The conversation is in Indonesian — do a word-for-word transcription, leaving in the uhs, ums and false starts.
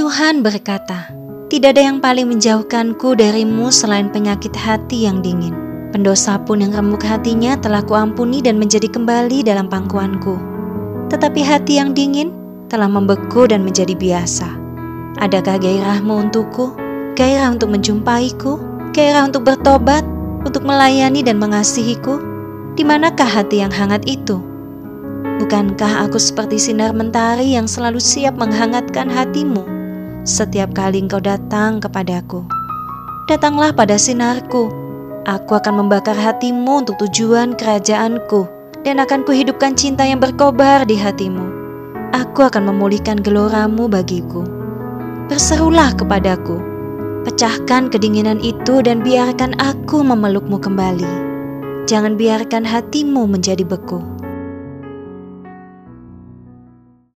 Tuhan berkata, "Tidak ada yang paling menjauhkanku darimu selain penyakit hati yang dingin. Pendosa pun yang remuk hatinya telah kuampuni dan menjadi kembali dalam pangkuanku. Tetapi hati yang dingin telah membeku dan menjadi biasa. Adakah gairahmu untukku? Gairah untuk menjumpaiku? Gairah untuk bertobat? Untuk melayani dan mengasihiku? Di manakah hati yang hangat itu? Bukankah aku seperti sinar mentari yang selalu siap menghangatkan hatimu setiap kali engkau datang kepadaku? Datanglah pada sinarku, aku akan membakar hatimu untuk tujuan kerajaanku, dan akan kuhidupkan cinta yang berkobar di hatimu. Aku akan memulihkan geloramu bagiku. Berserulah kepadaku, pecahkan kedinginan itu dan biarkan aku memelukmu kembali. Jangan biarkan hatimu menjadi beku."